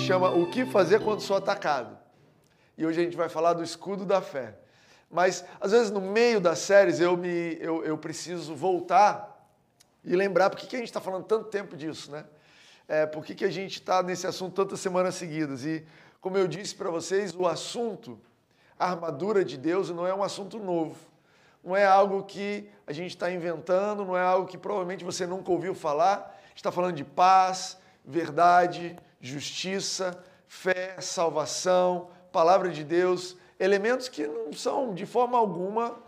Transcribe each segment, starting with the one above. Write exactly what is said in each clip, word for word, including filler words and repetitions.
chama O que fazer quando sou atacado. E hoje a gente vai falar do escudo da fé. Mas, às vezes, no meio das séries, eu, me, eu, eu preciso voltar e lembrar por que, que a gente está falando tanto tempo disso, né? É, por que, que a gente está nesse assunto tantas semanas seguidas. E, como eu disse para vocês, o assunto, a armadura de Deus, não é um assunto novo. Não é algo que a gente está inventando, não é algo que provavelmente você nunca ouviu falar. A gente está falando de paz, verdade, justiça, fé, salvação, palavra de Deus, elementos que não são, de forma alguma,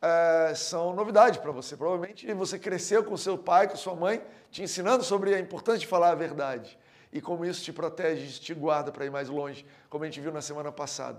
é, são novidade para você. Provavelmente você cresceu com seu pai, com sua mãe, te ensinando sobre a importância de falar a verdade e como isso te protege, isso te guarda para ir mais longe, como a gente viu na semana passada.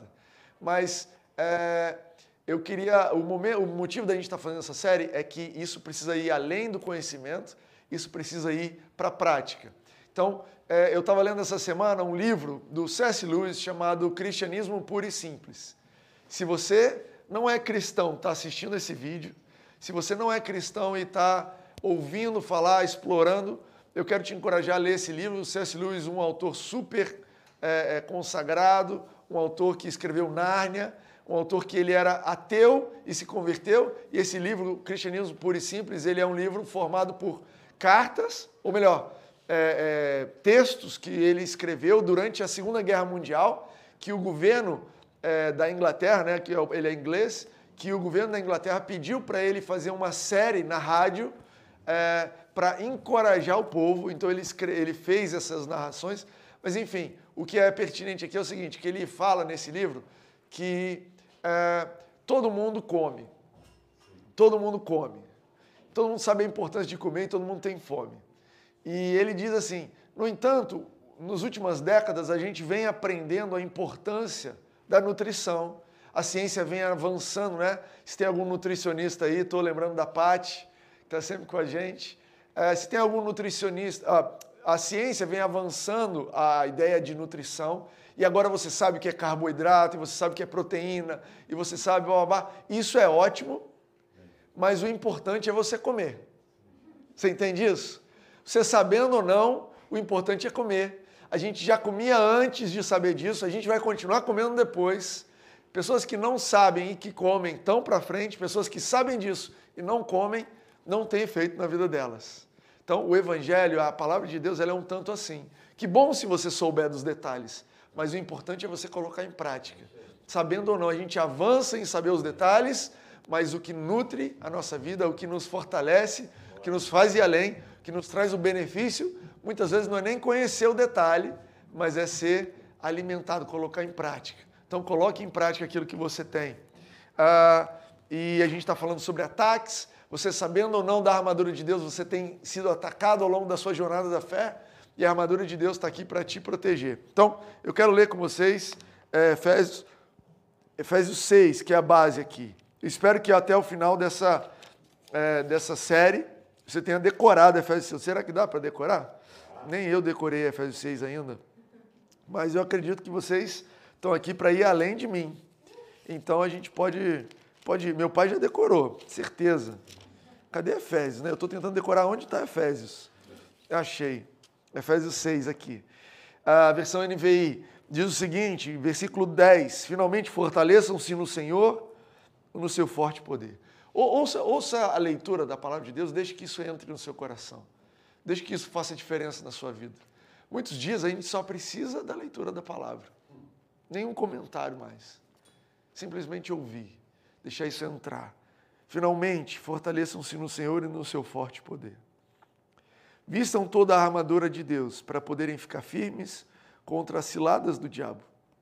Mas é, eu queria, o, momento, o motivo da gente estar fazendo essa série é que isso precisa ir além do conhecimento, isso precisa ir para a prática. Então, é, eu estava lendo essa semana um livro do C S Lewis chamado Cristianismo Puro e Simples. Se você não é cristão, está assistindo esse vídeo, se você não é cristão e está ouvindo falar, explorando, eu quero te encorajar a ler esse livro. O C S Lewis, um autor super é, é, consagrado, um autor que escreveu Nárnia, um autor que ele era ateu e se converteu, e esse livro, Cristianismo Puro e Simples, ele é um livro formado por cartas, ou melhor, é, é, textos que ele escreveu durante a Segunda Guerra Mundial, que o governo é, da Inglaterra, né, que ele é inglês, que o governo da Inglaterra pediu para ele fazer uma série na rádio é, para encorajar o povo. Então ele, escreve, ele fez essas narrações, mas enfim, o que é pertinente aqui é o seguinte, que ele fala nesse livro que é, todo mundo come, todo mundo come, todo mundo sabe a importância de comer e todo mundo tem fome. E ele diz assim, no entanto, nas últimas décadas a gente vem aprendendo a importância da nutrição, a ciência vem avançando, né? Se tem algum nutricionista aí, estou lembrando da Paty, que está sempre com a gente, é, se tem algum nutricionista, a, a ciência vem avançando a ideia de nutrição, e agora você sabe o que é carboidrato, e você sabe o que é proteína, e você sabe, blá, blá, blá. Isso é ótimo, mas o importante é você comer. Você entende isso? Você sabendo ou não, o importante é comer. A gente já comia antes de saber disso, a gente vai continuar comendo depois. Pessoas que não sabem e que comem tão para frente, pessoas que sabem disso e não comem, não tem efeito na vida delas. Então, o Evangelho, a palavra de Deus, ela é um tanto assim. Que bom se você souber dos detalhes, mas o importante é você colocar em prática. Sabendo ou não, a gente avança em saber os detalhes, mas o que nutre a nossa vida, o que nos fortalece, o que nos faz ir além, o que nos traz o benefício, muitas vezes não é nem conhecer o detalhe, mas é ser alimentado, colocar em prática. Então, coloque em prática aquilo que você tem. Ah, e a gente está falando sobre ataques. Você, sabendo ou não da armadura de Deus, você tem sido atacado ao longo da sua jornada da fé, e a armadura de Deus está aqui para te proteger. Então, eu quero ler com vocês é, Efésios, Efésios seis, que é a base aqui. Eu espero que até o final dessa, é, dessa série você tenha decorado Efésios seis. Será que dá para decorar? Nem eu decorei Efésios seis ainda. Mas eu acredito que vocês estão aqui para ir além de mim. Então a gente pode, pode ir. Meu pai já decorou, certeza. Cadê Efésios? Né? Eu estou tentando decorar onde está Efésios. Achei. Efésios seis aqui. A versão N V I diz o seguinte, versículo dez. Finalmente fortaleçam-se no Senhor, no seu forte poder. Ouça, ouça a leitura da palavra de Deus, deixe que isso entre no seu coração. Deixe que isso faça diferença na sua vida. Muitos dias a gente só precisa da leitura da palavra. Nenhum comentário mais. Simplesmente ouvir. Deixar isso entrar. Finalmente, fortaleçam-se no Senhor e no seu forte poder. Vistam toda a armadura de Deus para poderem ficar firmes contra as ciladas do diabo.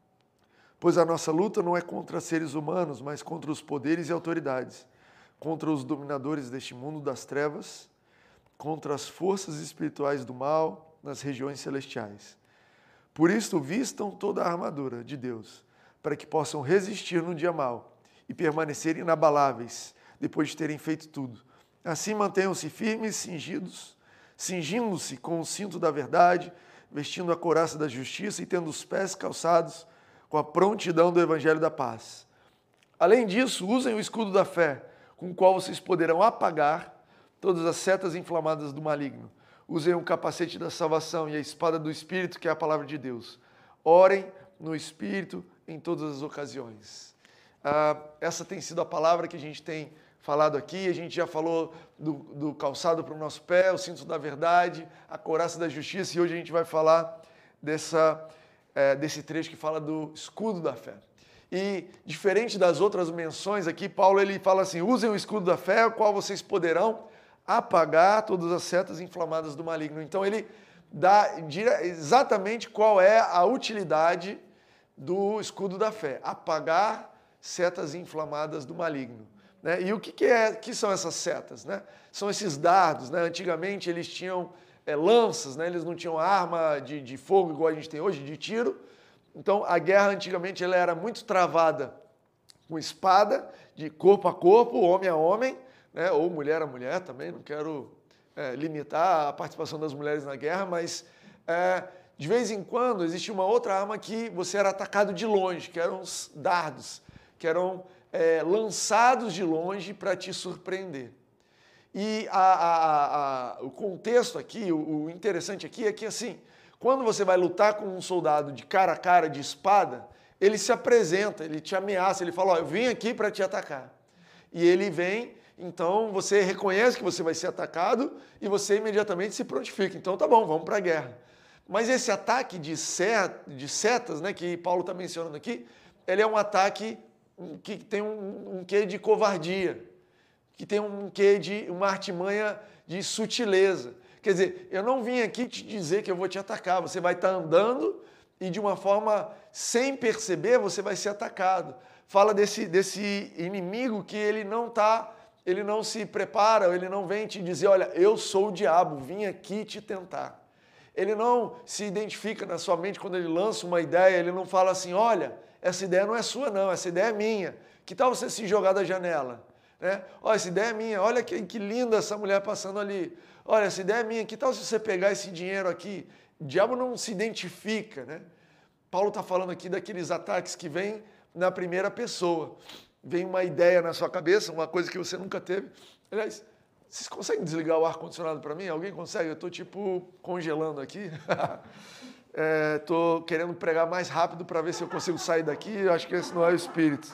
Pois a nossa luta não é contra seres humanos, mas contra os poderes e autoridades, contra os dominadores deste mundo das trevas, contra as forças espirituais do mal nas regiões celestiais. Por isso, vistam toda a armadura de Deus, para que possam resistir no dia mau e permanecer inabaláveis, depois de terem feito tudo. Assim, mantenham-se firmes, cingidos, cingindo-se com o cinto da verdade, vestindo a couraça da justiça e tendo os pés calçados com a prontidão do evangelho da paz. Além disso, usem o escudo da fé, com o qual vocês poderão apagar todas as setas inflamadas do maligno. Usem o capacete da salvação e a espada do Espírito, que é a palavra de Deus. orem no Espírito em todas as ocasiões. Ah, essa tem sido a palavra que a gente tem falado aqui. A gente já falou do, do calçado para o nosso pé, o cinto da verdade, a couraça da justiça, e hoje a gente vai falar dessa, é, desse trecho que fala do escudo da fé. E diferente das outras menções aqui, Paulo ele fala assim, usem o escudo da fé, o qual vocês poderão apagar todas as setas inflamadas do maligno. Então ele dá exatamente qual é a utilidade do escudo da fé, apagar setas inflamadas do maligno. Né? E o que, que, é, que são essas setas? Né? São esses dardos. Né? Antigamente eles tinham é, lanças, né? Eles não tinham arma de, de fogo igual a gente tem hoje, de tiro. Então a guerra antigamente ela era muito travada com espada, de corpo a corpo, homem a homem, né? Ou mulher a mulher também, não quero é, limitar a participação das mulheres na guerra, mas é, de vez em quando existia uma outra arma que você era atacado de longe, que eram os dardos, que eram é, lançados de longe para te surpreender. E a, a, a, o contexto aqui, o, o interessante aqui é que assim, quando você vai lutar com um soldado de cara a cara, de espada, ele se apresenta, ele te ameaça, ele fala, ó, eu vim aqui para te atacar. E ele vem, então você reconhece que você vai ser atacado e você imediatamente se prontifica. Então tá bom, vamos para a guerra. Mas esse ataque de, set, de setas, né, que Paulo está mencionando aqui, ele é um ataque que tem um, um quê de covardia, que tem um quê de uma artimanha de sutileza. Quer dizer, eu não vim aqui te dizer que eu vou te atacar, você vai estar andando e de uma forma, sem perceber, você vai ser atacado. Fala desse, desse inimigo que ele não tá, ele não se prepara, ele não vem te dizer, olha, eu sou o diabo, vim aqui te tentar. Ele não se identifica na sua mente quando ele lança uma ideia, ele não fala assim, olha, essa ideia não é sua não, essa ideia é minha. Que tal você se jogar da janela? Né? Olha, essa ideia é minha, olha que, que linda essa mulher passando ali. Olha, essa ideia é minha, que tal se você pegar esse dinheiro aqui? O diabo não se identifica, né? Paulo está falando aqui daqueles ataques que vêm na primeira pessoa. Vem uma ideia na sua cabeça, uma coisa que você nunca teve. Aliás, vocês conseguem desligar o ar-condicionado para mim? Alguém consegue? Eu estou tipo congelando aqui. Estou é, querendo pregar mais rápido para ver se eu consigo sair daqui. Eu acho que esse não é o espírito.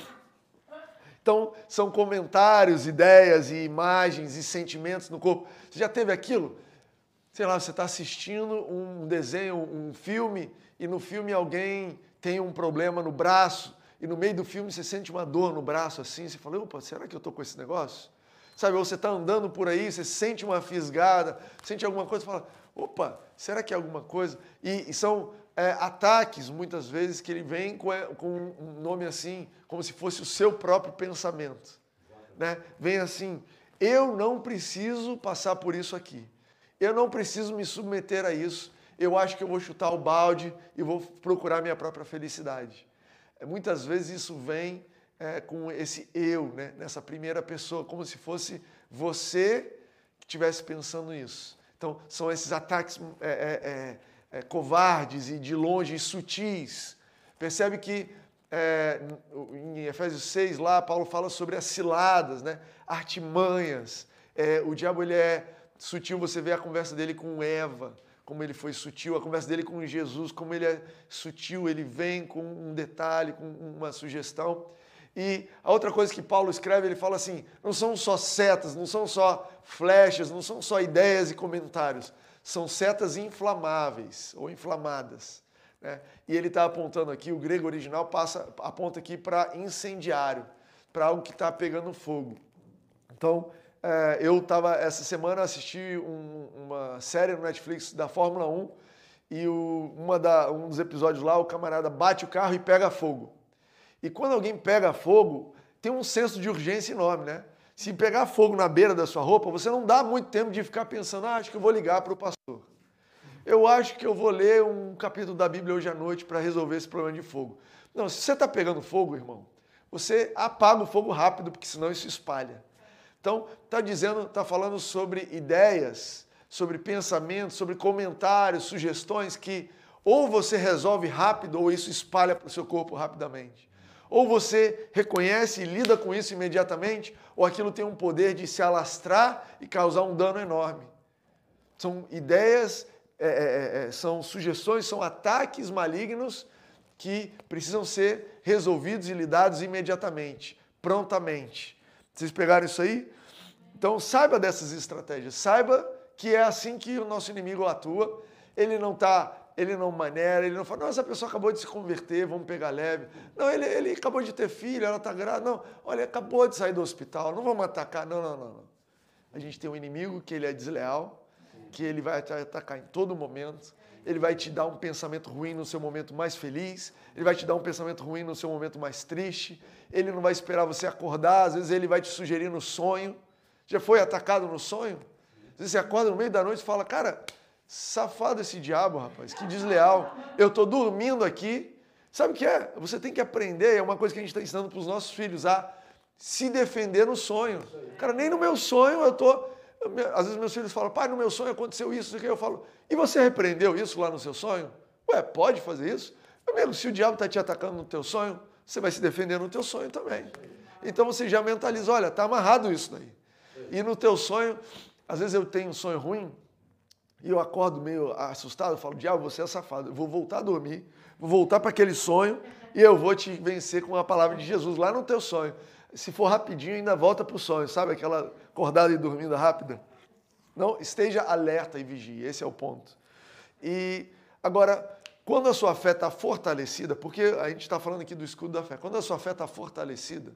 Então, são comentários, ideias e imagens e sentimentos no corpo. Você já teve aquilo? Sei lá, você está assistindo um desenho, um filme, e no filme alguém tem um problema no braço, e no meio do filme você sente uma dor no braço assim, você fala, opa, será que eu estou com esse negócio? Sabe, ou você está andando por aí, você sente uma fisgada, sente alguma coisa, você fala, opa, será que é alguma coisa? E, e são é, ataques, muitas vezes, que ele vem com, com um nome assim, como se fosse o seu próprio pensamento. Né? Vem assim, eu não preciso passar por isso aqui. Eu não preciso me submeter a isso. Eu acho que eu vou chutar o balde e vou procurar minha própria felicidade. É, muitas vezes isso vem é, com esse eu, né? Nessa primeira pessoa, como se fosse você que estivesse pensando isso. Então, são esses ataques é, é, é, covardes e de longe e sutis. Percebe que é, em Efésios seis, lá, Paulo fala sobre as ciladas, né? Artimanhas. É, o diabo ele é sutil, você vê a conversa dele com Eva, como ele foi sutil, a conversa dele com Jesus, como ele é sutil, ele vem com um detalhe, com uma sugestão. E a outra coisa que Paulo escreve, ele fala assim, não são só setas, não são só flechas, não são só ideias e comentários, são setas inflamáveis ou inflamadas. Né? E ele está apontando aqui, o grego original passa, aponta aqui para incendiário, para algo que está pegando fogo. Então, é, eu estava, essa semana, assisti um, uma série no Netflix da Fórmula um e o, uma da, um dos episódios lá, o camarada bate o carro e pega fogo. E quando alguém pega fogo, tem um senso de urgência enorme, né? Se pegar fogo na beira da sua roupa, você não dá muito tempo de ficar pensando, ah, acho que eu vou ligar para o pastor. Eu acho que eu vou ler um capítulo da Bíblia hoje à noite para resolver esse problema de fogo. Não, se você está pegando fogo, irmão, você apaga o fogo rápido, porque senão isso espalha. Então, está dizendo, está falando sobre ideias, sobre pensamentos, sobre comentários, sugestões que ou você resolve rápido ou isso espalha para o seu corpo rapidamente. Ou você reconhece e lida com isso imediatamente, ou aquilo tem um poder de se alastrar e causar um dano enorme. São ideias, é, é, são sugestões, são ataques malignos que precisam ser resolvidos e lidados imediatamente, prontamente. Vocês pegaram isso aí? Então, saiba dessas estratégias. Saiba que é assim que o nosso inimigo atua. Ele não tá, ele não maneira, ele não fala, não, essa pessoa acabou de se converter, vamos pegar leve. Não, ele, ele acabou de ter filho, ela está grávida. Não, olha, acabou de sair do hospital, não vamos atacar. Não, não, não, não. A gente tem um inimigo que ele é desleal, que ele vai te atacar em todo momento. Ele vai te dar um pensamento ruim no seu momento mais feliz, ele vai te dar um pensamento ruim no seu momento mais triste, ele não vai esperar você acordar, às vezes ele vai te sugerir no sonho. Já foi atacado no sonho? Às vezes você acorda no meio da noite e fala, cara, safado esse diabo, rapaz, que desleal. Eu estou dormindo aqui. Sabe o que é? Você tem que aprender, é uma coisa que a gente está ensinando para os nossos filhos, a se defender no sonho. Cara, nem no meu sonho eu estou... Às vezes meus filhos falam, pai, no meu sonho aconteceu isso, isso que eu falo, e você repreendeu isso lá no seu sonho? Ué, pode fazer isso? Meu amigo, se o diabo está te atacando no teu sonho, você vai se defender no teu sonho também. Então você já mentaliza, olha, está amarrado isso daí. E no teu sonho, às vezes eu tenho um sonho ruim, e eu acordo meio assustado, eu falo, diabo, você é safado, eu vou voltar a dormir, vou voltar para aquele sonho, e eu vou te vencer com a palavra de Jesus lá no teu sonho. Se for rapidinho, ainda volta para o sonho, sabe? Aquela acordada e dormida rápida. Não, esteja alerta e vigie, esse é o ponto. E agora, quando a sua fé está fortalecida, porque a gente está falando aqui do escudo da fé, quando a sua fé está fortalecida,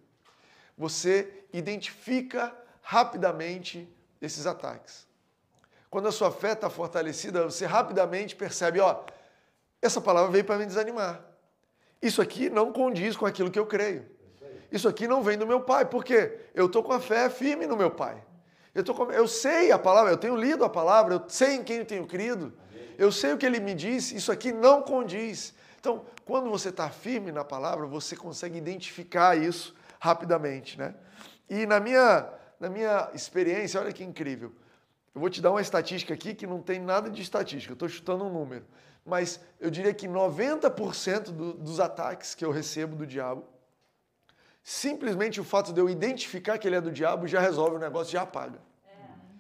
você identifica rapidamente esses ataques. Quando a sua fé está fortalecida, você rapidamente percebe, ó, essa palavra veio para me desanimar. Isso aqui não condiz com aquilo que eu creio. Isso aqui não vem do meu pai, por quê? Eu estou com a fé firme no meu pai. Eu, tô com... eu sei a palavra, eu tenho lido a palavra, eu sei em quem eu tenho crido, eu sei o que ele me disse, isso aqui não condiz. Então, quando você está firme na palavra, você consegue identificar isso rapidamente, né? E na minha, na minha experiência, olha que incrível, eu vou te dar uma estatística aqui que não tem nada de estatística, eu estou chutando um número, mas eu diria que noventa por cento do, dos ataques que eu recebo do diabo, simplesmente o fato de eu identificar que ele é do diabo já resolve o negócio, já apaga. É.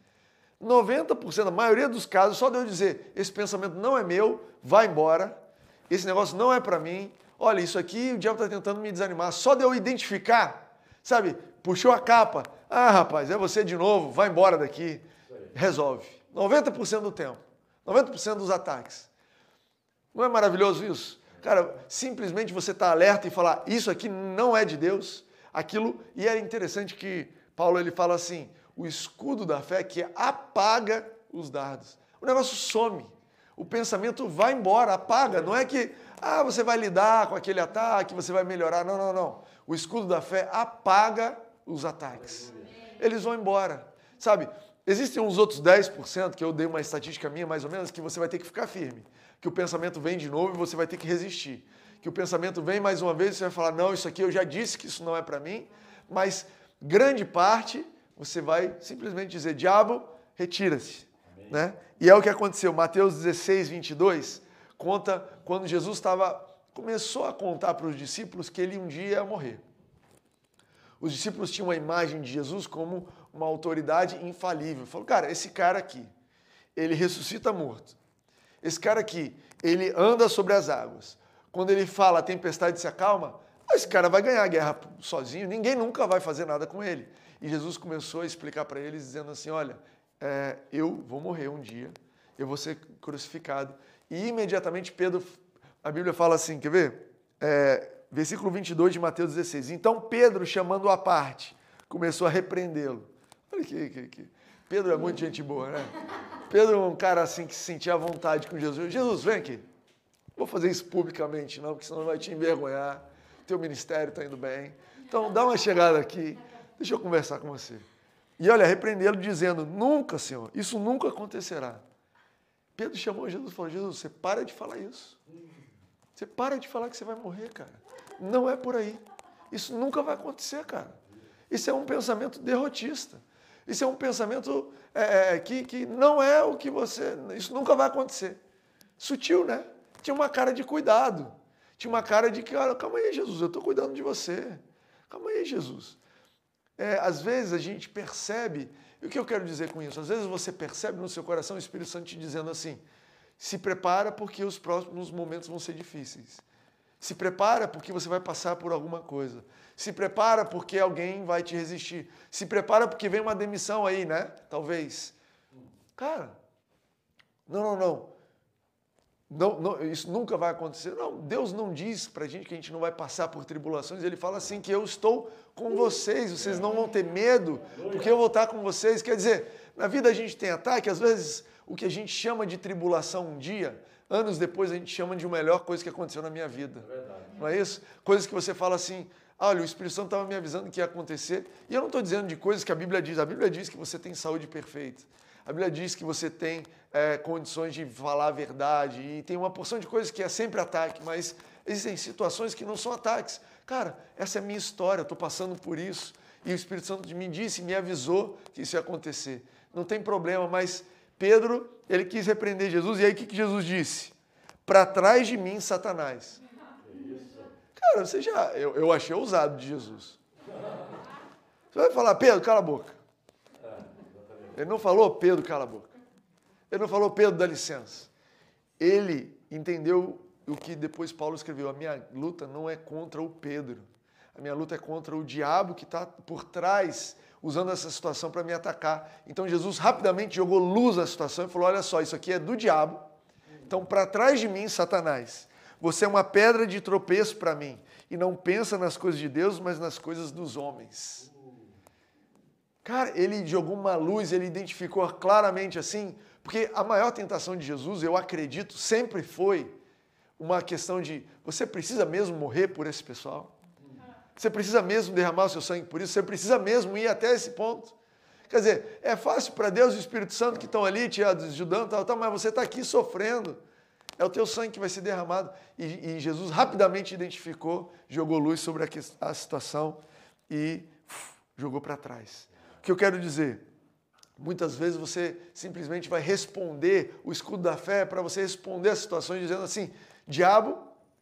noventa por cento, a maioria dos casos, só de eu dizer, esse pensamento não é meu, vai embora, esse negócio não é para mim, olha, isso aqui o diabo está tentando me desanimar, só de eu identificar, sabe, puxou a capa, ah, rapaz, é você de novo, vai embora daqui, resolve. noventa por cento do tempo, noventa por cento dos ataques. Não é maravilhoso isso? Cara, simplesmente você está alerta e falar, isso aqui não é de Deus, aquilo, e é interessante que Paulo ele fala assim, o escudo da fé que apaga os dardos. O negócio some, o pensamento vai embora, apaga, não é que, ah, você vai lidar com aquele ataque, você vai melhorar, não, não, não. O escudo da fé apaga os ataques, eles vão embora, sabe? Existem uns outros dez por cento, que eu dei uma estatística minha mais ou menos, que você vai ter que ficar firme. Que o pensamento vem de novo e você vai ter que resistir. Que o pensamento vem mais uma vez e você vai falar, não, isso aqui eu já disse que isso não é para mim, mas grande parte você vai simplesmente dizer, diabo, retira-se. Né? E é o que aconteceu. Mateus dezesseis, vinte e dois, conta quando Jesus estava, começou a contar para os discípulos que ele um dia ia morrer. Os discípulos tinham a imagem de Jesus como uma autoridade infalível. Falou, cara, esse cara aqui, ele ressuscita morto. Esse cara aqui, ele anda sobre as águas. Quando ele fala, a tempestade se acalma, esse cara vai ganhar a guerra sozinho, ninguém nunca vai fazer nada com ele. E Jesus começou a explicar para eles, dizendo assim, olha, é, eu vou morrer um dia, eu vou ser crucificado. E imediatamente Pedro, a Bíblia fala assim, quer ver? É, versículo vinte e dois de Mateus dezesseis. Então Pedro, chamando-o à parte, começou a repreendê-lo. Olha que, que, que... Pedro é muito gente boa, né? Pedro é um cara assim que se sentia à vontade com Jesus. Jesus, vem aqui. Não vou fazer isso publicamente, não, porque senão vai te envergonhar. Teu ministério está indo bem. Então, dá uma chegada aqui. Deixa eu conversar com você. E olha, repreendê-lo dizendo, nunca, Senhor, isso nunca acontecerá. Pedro chamou Jesus e falou, Jesus, você para de falar isso. Você para de falar que você vai morrer, cara. Não é por aí. Isso nunca vai acontecer, cara. Isso é um pensamento derrotista. Isso é um pensamento é, que, que não é o que você... Isso nunca vai acontecer. Sutil, né? Tinha uma cara de cuidado. Tinha uma cara de que, olha, calma aí, Jesus, eu estou cuidando de você. Calma aí, Jesus. É, às vezes a gente percebe... E o que eu quero dizer com isso? Às vezes você percebe no seu coração o Espírito Santo te dizendo assim, Se prepara porque os próximos momentos vão ser difíceis. Se prepara porque você vai passar por alguma coisa. Se prepara porque alguém vai te resistir. Se prepara porque vem uma demissão aí, né? Talvez. Cara, não, não, não. Não, não, isso nunca vai acontecer. Não, Deus não diz pra gente que a gente não vai passar por tribulações. Ele fala assim que eu estou com vocês. Vocês não vão ter medo porque eu vou estar com vocês. Quer dizer, na vida a gente tem ataque. Às vezes o que a gente chama de tribulação um dia, anos depois a gente chama de a melhor coisa que aconteceu na minha vida. É verdade. Não é isso? Coisas que você fala assim, olha, o Espírito Santo estava me avisando que ia acontecer. E eu não estou dizendo de coisas que a Bíblia diz. A Bíblia diz que você tem saúde perfeita. A Bíblia diz que você tem é, condições de falar a verdade. E tem uma porção de coisas que é sempre ataque, mas existem situações que não são ataques. Cara, essa é a minha história, eu estou passando por isso. E o Espírito Santo me disse, me avisou que isso ia acontecer. Não tem problema, mas Pedro, ele quis repreender Jesus. E aí o que, que Jesus disse? Para trás de mim, Satanás. Cara, você já... Eu, eu achei ousado de Jesus. Você vai falar, Pedro, cala a boca. Ele não falou, Pedro, cala a boca. Ele não falou, Pedro, dá licença. Ele entendeu o que depois Paulo escreveu. A minha luta não é contra o Pedro. A minha luta é contra o diabo que está por trás, usando essa situação para me atacar. Então Jesus rapidamente jogou luz na situação e falou, olha só, isso aqui é do diabo. Então, para trás de mim, Satanás, você é uma pedra de tropeço para mim. E não pensa nas coisas de Deus, mas nas coisas dos homens. Cara, ele jogou uma luz, ele identificou claramente assim, porque a maior tentação de Jesus, eu acredito, sempre foi uma questão de, você precisa mesmo morrer por esse pessoal? Você precisa mesmo derramar o seu sangue por isso? Você precisa mesmo ir até esse ponto? Quer dizer, é fácil para Deus e o Espírito Santo que estão ali te ajudando, tal, tal, mas você está aqui sofrendo. É o teu sangue que vai ser derramado. E, e Jesus rapidamente identificou, jogou luz sobre a, a situação e uf, jogou para trás. O que eu quero dizer? Muitas vezes você simplesmente vai responder o escudo da fé para você responder as situações dizendo assim, diabo,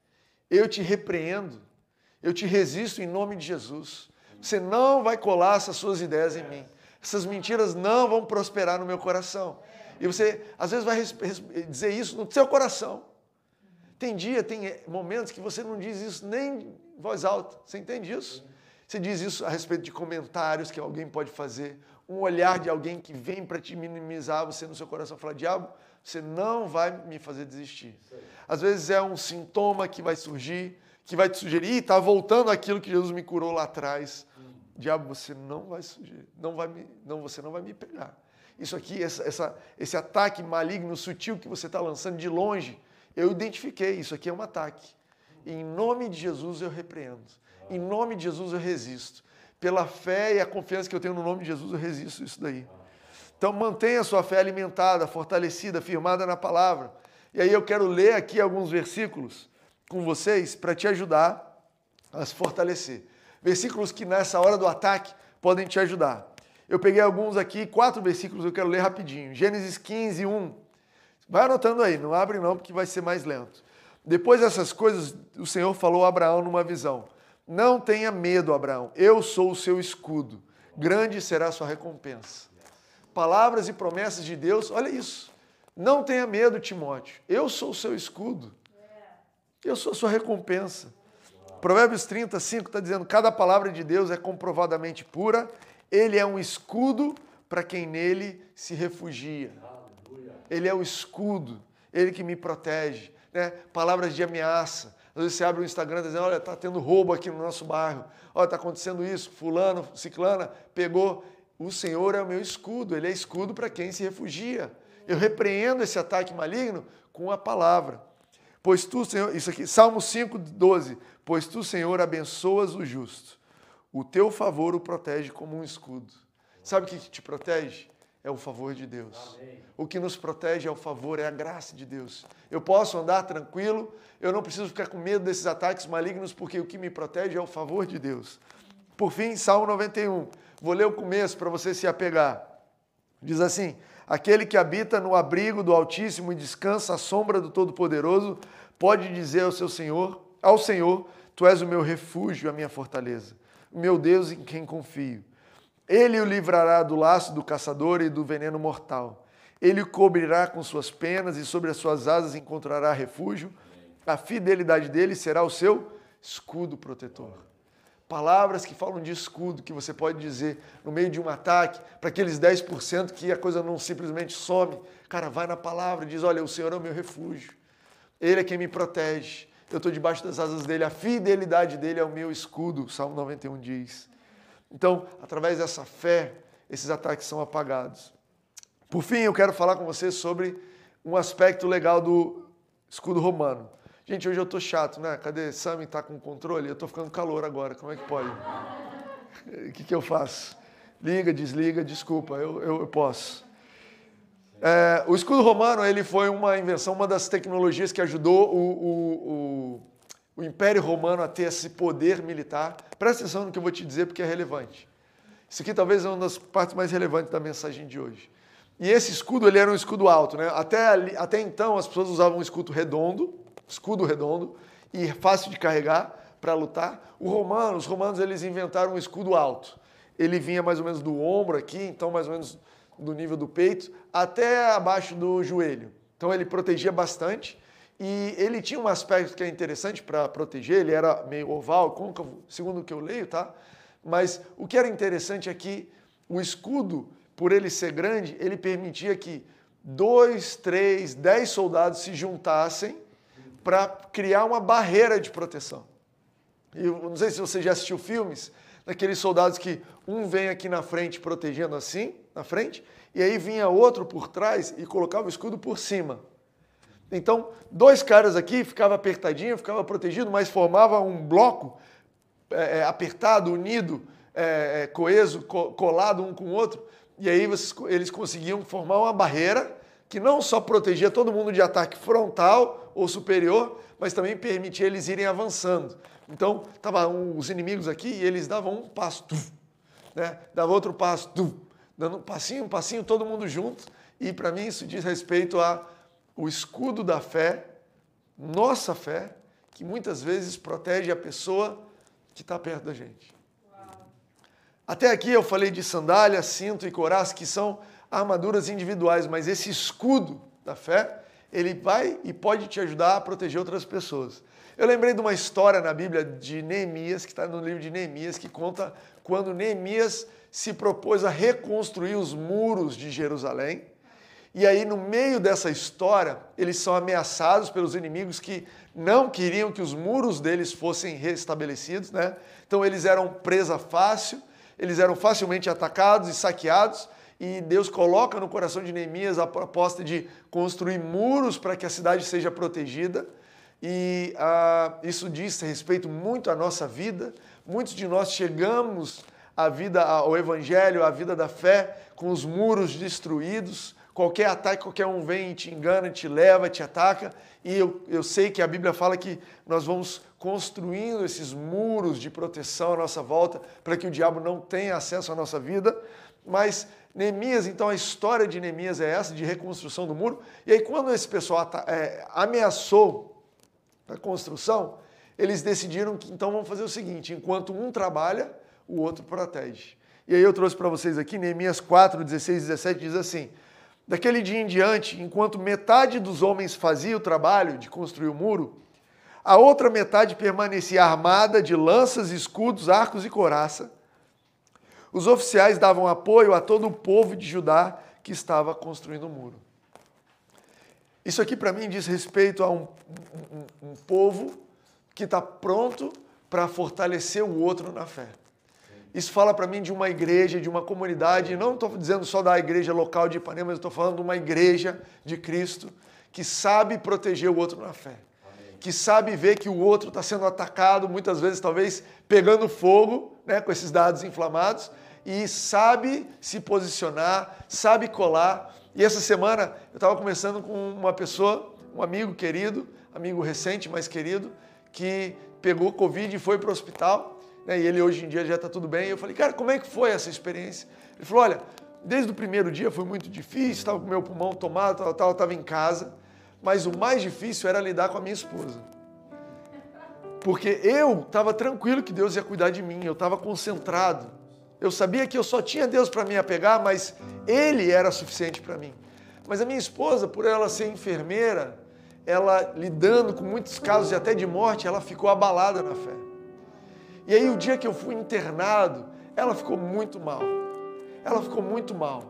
eu te repreendo, eu te resisto em nome de Jesus. Você não vai colar essas suas ideias em mim. Essas mentiras não vão prosperar no meu coração. E você, às vezes, vai dizer isso no seu coração. Tem dia, tem momentos que você não diz isso nem em voz alta. Você entende isso? Você diz isso a respeito de comentários que alguém pode fazer, um olhar de alguém que vem para te minimizar, você no seu coração fala, diabo, você não vai me fazer desistir. Às vezes é um sintoma que vai surgir, que vai te sugerir, está voltando aquilo que Jesus me curou lá atrás. Diabo, você não vai sugerir, não vai me, não, você não vai me pegar. Isso aqui, essa, essa, esse ataque maligno, sutil que você está lançando de longe, eu identifiquei, isso aqui é um ataque. E em nome de Jesus eu repreendo. Em nome de Jesus eu resisto. Pela fé e a confiança que eu tenho no nome de Jesus, eu resisto isso daí. Então mantenha a sua fé alimentada, fortalecida, firmada na palavra. E aí eu quero ler aqui alguns versículos com vocês para te ajudar a se fortalecer. Versículos que nessa hora do ataque podem te ajudar. Eu peguei alguns aqui, quatro versículos, eu quero ler rapidinho. Gênesis quinze, um. Vai anotando aí, não abre não, porque vai ser mais lento. Depois dessas coisas, o Senhor falou a Abraão numa visão. Não tenha medo, Abraão, eu sou o seu escudo. Grande será a sua recompensa. Palavras e promessas de Deus, olha isso. Não tenha medo, Timóteo, eu sou o seu escudo. Eu sou a sua recompensa. Provérbios trinta, cinco está dizendo, cada palavra de Deus é comprovadamente pura, ele é um escudo para quem nele se refugia. Ele é o escudo, ele que me protege. Né? Palavras de ameaça. Às vezes você abre o Instagram e está dizendo, olha, está tendo roubo aqui no nosso bairro. Olha, está acontecendo isso, fulano, ciclana, pegou. O Senhor é o meu escudo, ele é escudo para quem se refugia. Eu repreendo esse ataque maligno com a palavra. Pois tu, Senhor, isso aqui, Salmo cinco, doze. Pois tu, Senhor, abençoas o justo. O teu favor o protege como um escudo. Sabe o que te protege? É o favor de Deus. Amém. O que nos protege é o favor, é a graça de Deus. Eu posso andar tranquilo, eu não preciso ficar com medo desses ataques malignos, porque o que me protege é o favor de Deus. Por fim, Salmo noventa e um. Vou ler o começo para você se apegar. Diz assim, aquele que habita no abrigo do Altíssimo e descansa à sombra do Todo-Poderoso, pode dizer ao seu Senhor, ao Senhor, tu és o meu refúgio, a minha fortaleza, o meu Deus em quem confio. Ele o livrará do laço do caçador e do veneno mortal. Ele o cobrirá com suas penas e sobre as suas asas encontrará refúgio. A fidelidade dele será o seu escudo protetor. Palavras que falam de escudo, que você pode dizer no meio de um ataque, para aqueles dez por cento que a coisa não simplesmente some. Cara, vai na palavra e diz, olha, o Senhor é o meu refúgio. Ele é quem me protege. Eu estou debaixo das asas dele. A fidelidade dele é o meu escudo, o Salmo noventa e um diz. Então, através dessa fé, esses ataques são apagados. Por fim, eu quero falar com você sobre um aspecto legal do escudo romano. Gente, hoje eu tô chato, né? Cadê? Sami tá com controle? Eu tô ficando calor agora, como é que pode? O que, que eu faço? Liga, desliga, desculpa, eu, eu, eu posso. É, o escudo romano, ele foi uma invenção, uma das tecnologias que ajudou o, o, o, o Império Romano a ter esse poder militar. Presta atenção no que eu vou te dizer, porque é relevante. Isso aqui talvez é uma das partes mais relevantes da mensagem de hoje. E esse escudo, ele era um escudo alto, né? Até, ali, até então, as pessoas usavam um escudo redondo, escudo redondo, e fácil de carregar para lutar. O romano, os romanos, eles inventaram um escudo alto. Ele vinha mais ou menos do ombro aqui, então mais ou menos do nível do peito, até abaixo do joelho. Então ele protegia bastante. E ele tinha um aspecto que é interessante para proteger, ele era meio oval, côncavo, segundo o que eu leio, tá? Mas o que era interessante é que o escudo, por ele ser grande, ele permitia que dois, três, dez soldados se juntassem para criar uma barreira de proteção. Eu não sei se você já assistiu filmes, daqueles soldados que um vem aqui na frente protegendo assim, na frente, e aí vinha outro por trás e colocava o escudo por cima. Então, dois caras aqui, ficava apertadinho, ficava protegido, mas formava um bloco é, apertado, unido, é, coeso, co colado um com o outro, e aí vocês, eles conseguiam formar uma barreira que não só protegia todo mundo de ataque frontal ou superior, mas também permitia eles irem avançando. Então, estavam os inimigos aqui e eles davam um passo, tuf, né? Dava outro passo, tuf, dando um passinho, um passinho, todo mundo junto. E para mim isso diz respeito a o escudo da fé, nossa fé, que muitas vezes protege a pessoa que está perto da gente. Uau. Até aqui eu falei de sandália, cinto e couraça, que são armaduras individuais, mas esse escudo da fé, ele vai e pode te ajudar a proteger outras pessoas. Eu lembrei de uma história na Bíblia de Neemias, que está no livro de Neemias, que conta quando Neemias se propôs a reconstruir os muros de Jerusalém. E aí, no meio dessa história, eles são ameaçados pelos inimigos que não queriam que os muros deles fossem restabelecidos, né? Então, eles eram presa fácil, eles eram facilmente atacados e saqueados, e Deus coloca no coração de Neemias a proposta de construir muros para que a cidade seja protegida. E ah, isso diz respeito muito à nossa vida. Muitos de nós chegamos à vida, ao Evangelho, à vida da fé, com os muros destruídos. Qualquer ataque, qualquer um vem e te engana, te leva, te ataca. E eu, eu sei que a Bíblia fala que nós vamos construindo esses muros de proteção à nossa volta para que o diabo não tenha acesso à nossa vida. Mas Neemias, então a história de Neemias é essa, de reconstrução do muro. E aí quando esse pessoal é, ameaçou a construção, eles decidiram que então vamos fazer o seguinte, enquanto um trabalha, o outro protege. E aí eu trouxe para vocês aqui, Neemias quatro, dezesseis e dezessete, diz assim: daquele dia em diante, enquanto metade dos homens fazia o trabalho de construir o muro, a outra metade permanecia armada de lanças, escudos, arcos e couraça. Os oficiais davam apoio a todo o povo de Judá que estava construindo o muro. Isso aqui para mim diz respeito a um, um, um povo que está pronto para fortalecer o outro na fé. Isso fala para mim de uma igreja, de uma comunidade, não estou dizendo só da igreja local de Ipanema, mas estou falando de uma igreja de Cristo que sabe proteger o outro na fé. Amém. Que sabe ver que o outro está sendo atacado, muitas vezes talvez pegando fogo, né, com esses dados inflamados, e sabe se posicionar, sabe colar. E essa semana eu estava conversando com uma pessoa, um amigo querido, amigo recente, mas querido, que pegou Covid e foi para o hospital. E ele hoje em dia já está tudo bem. E eu falei, cara, como é que foi essa experiência? Ele falou, olha, desde o primeiro dia foi muito difícil, estava com o meu pulmão tomado, tal, tal, estava em casa, mas o mais difícil era lidar com a minha esposa. Porque eu estava tranquilo que Deus ia cuidar de mim, eu estava concentrado. Eu sabia que eu só tinha Deus para me apegar, mas Ele era suficiente para mim. Mas a minha esposa, por ela ser enfermeira, ela lidando com muitos casos até de morte, ela ficou abalada na fé. E aí o dia que eu fui internado, ela ficou muito mal. Ela ficou muito mal.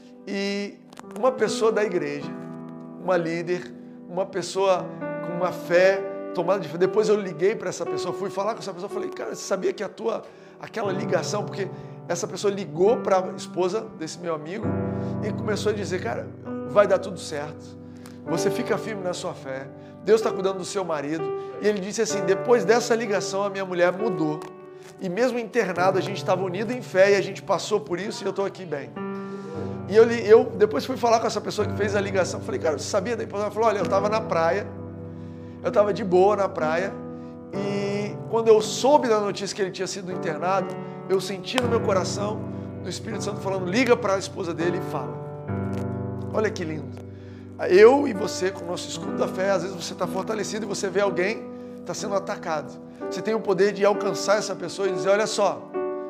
E uma pessoa da igreja, uma líder, uma pessoa com uma fé, tomada de fé. Depois eu liguei para essa pessoa, fui falar com essa pessoa, falei, cara, você sabia que a tua, aquela ligação, porque essa pessoa ligou para a esposa desse meu amigo e começou a dizer, cara, vai dar tudo certo. Você fica firme na sua fé. Deus está cuidando do seu marido. E ele disse assim, depois dessa ligação, a minha mulher mudou. E mesmo internado, a gente estava unido em fé e a gente passou por isso e eu estou aqui bem. E eu, eu depois fui falar com essa pessoa que fez a ligação. Falei, cara, você sabia da importância? Ela falou, olha, eu estava na praia. Eu estava de boa na praia. E quando eu soube da notícia que ele tinha sido internado, eu senti no meu coração, no Espírito Santo falando, liga para a esposa dele e fala. Olha que lindo. Eu e você, com o nosso escudo da fé, às vezes você está fortalecido e você vê alguém está sendo atacado. Você tem o poder de alcançar essa pessoa e dizer, olha só,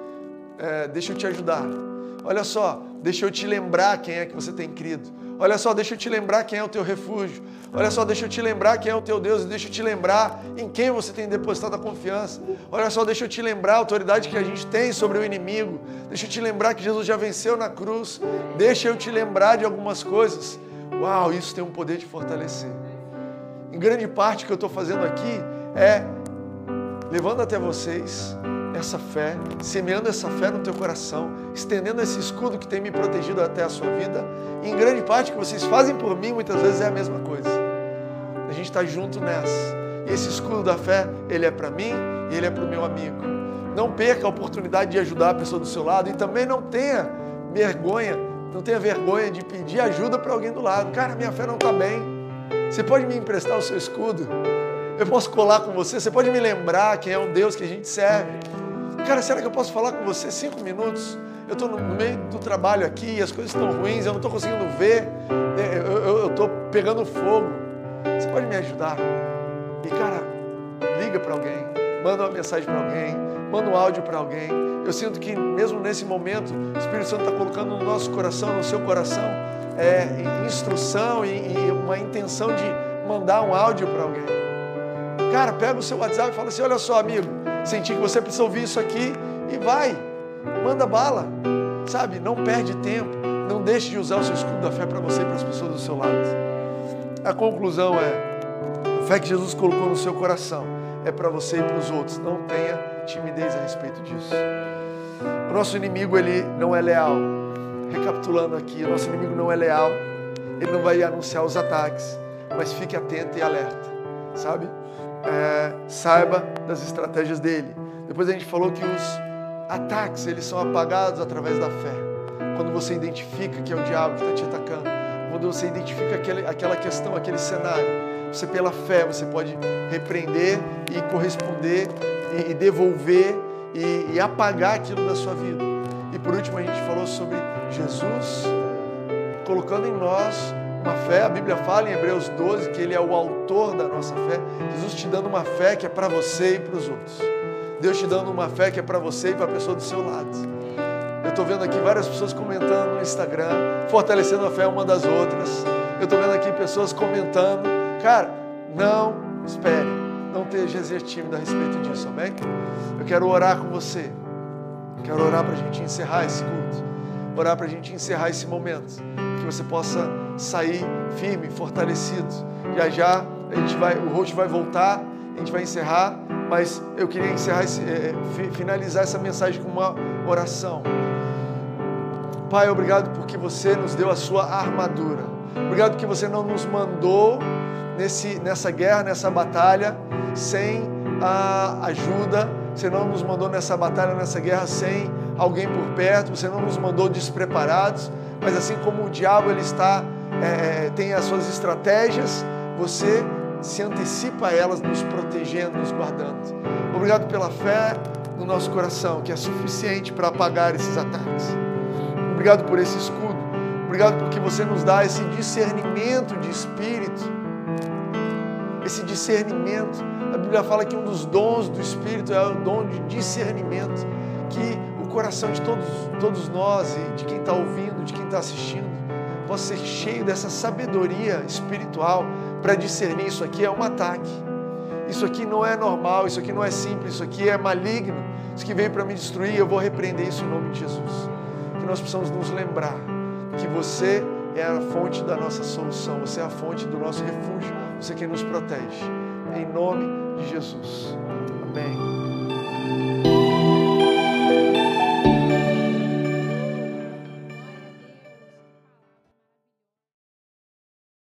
é, deixa eu te ajudar. Olha só, deixa eu te lembrar quem é que você tem crido. Olha só, deixa eu te lembrar quem é o teu refúgio. Olha só, deixa eu te lembrar quem é o teu Deus. Deixa eu te lembrar em quem você tem depositado a confiança. Olha só, deixa eu te lembrar a autoridade que a gente tem sobre o inimigo. Deixa eu te lembrar que Jesus já venceu na cruz. Deixa eu te lembrar de algumas coisas. Uau, isso tem um poder de fortalecer. Em grande parte o que eu estou fazendo aqui é levando até vocês essa fé, semeando essa fé no teu coração, estendendo esse escudo que tem me protegido até a sua vida. E em grande parte o que vocês fazem por mim muitas vezes é a mesma coisa. A gente está junto nessa. E esse escudo da fé, ele é para mim e ele é para o meu amigo. Não perca a oportunidade de ajudar a pessoa do seu lado e também não tenha vergonha, não tenha vergonha de pedir ajuda para alguém do lado. Cara, minha fé não está bem. Você pode me emprestar o seu escudo? Eu posso colar com você? Você pode me lembrar quem é o Deus que a gente serve? Cara, será que eu posso falar com você cinco minutos? Eu estou no meio do trabalho aqui e as coisas estão ruins, eu não estou conseguindo ver, eu estou pegando fogo. Você pode me ajudar? E cara, liga para alguém, manda uma mensagem para alguém, manda um áudio para alguém. Eu sinto que mesmo nesse momento, o Espírito Santo está colocando no nosso coração, no seu coração, é, instrução e, e uma intenção de mandar um áudio para alguém. Cara, pega o seu WhatsApp e fala assim, olha só, amigo, senti que você precisa ouvir isso aqui e vai, manda bala, sabe? Não perde tempo, não deixe de usar o seu escudo da fé para você e para as pessoas do seu lado. A conclusão é, a fé que Jesus colocou no seu coração é para você e para os outros. Não tenha timidez a respeito disso. O nosso inimigo, ele não é leal. Recapitulando aqui, o nosso inimigo não é leal. Ele não vai anunciar os ataques, mas fique atento e alerta, sabe? É, saiba das estratégias dele. Depois a gente falou que os ataques, eles são apagados através da fé. Quando você identifica que é o diabo que está te atacando, quando você identifica aquele, aquela questão, aquele cenário, você pela fé, você pode repreender e corresponder e, e devolver e, e apagar aquilo da sua vida. E por último a gente falou sobre Jesus colocando em nós uma fé. A Bíblia fala em Hebreus doze que Ele é o autor da nossa fé. Jesus te dando uma fé que é para você e para os outros. Deus te dando uma fé que é para você e para a pessoa do seu lado. Eu estou vendo aqui várias pessoas comentando no Instagram, fortalecendo a fé uma das outras. Eu estou vendo aqui pessoas comentando. Cara, não espere, não esteja tímido a respeito disso, amém? Eu quero orar com você. Quero orar para a gente encerrar esse culto. Orar para a gente encerrar esse momento. Que você possa sair firme, fortalecido. Já já a gente vai, o host vai voltar, a gente vai encerrar, mas eu queria encerrar esse, é, finalizar essa mensagem com uma oração. Pai, obrigado porque você nos deu a sua armadura. Obrigado porque você não nos mandou nesse, nessa guerra, nessa batalha, sem a ajuda. Você não nos mandou nessa batalha, nessa guerra, sem alguém por perto. Você não nos mandou despreparados. Mas assim como o diabo ele está, é, tem as suas estratégias, você se antecipa a elas, nos protegendo, nos guardando. Obrigado pela fé no nosso coração, que é suficiente para apagar esses ataques. Obrigado por esse escudo. Obrigado porque você nos dá esse discernimento de espírito. Esse discernimento. A Bíblia fala que um dos dons do Espírito é o dom de discernimento. Que o coração de todos, todos nós e de quem está ouvindo, de quem está assistindo, possa ser cheio dessa sabedoria espiritual para discernir isso aqui é um ataque. Isso aqui não é normal, isso aqui não é simples, isso aqui é maligno, isso que veio para me destruir, eu vou repreender isso em nome de Jesus. Que nós possamos nos lembrar que você é a fonte da nossa solução, você é a fonte do nosso refúgio, você é quem nos protege. Em nome de Jesus. Amém.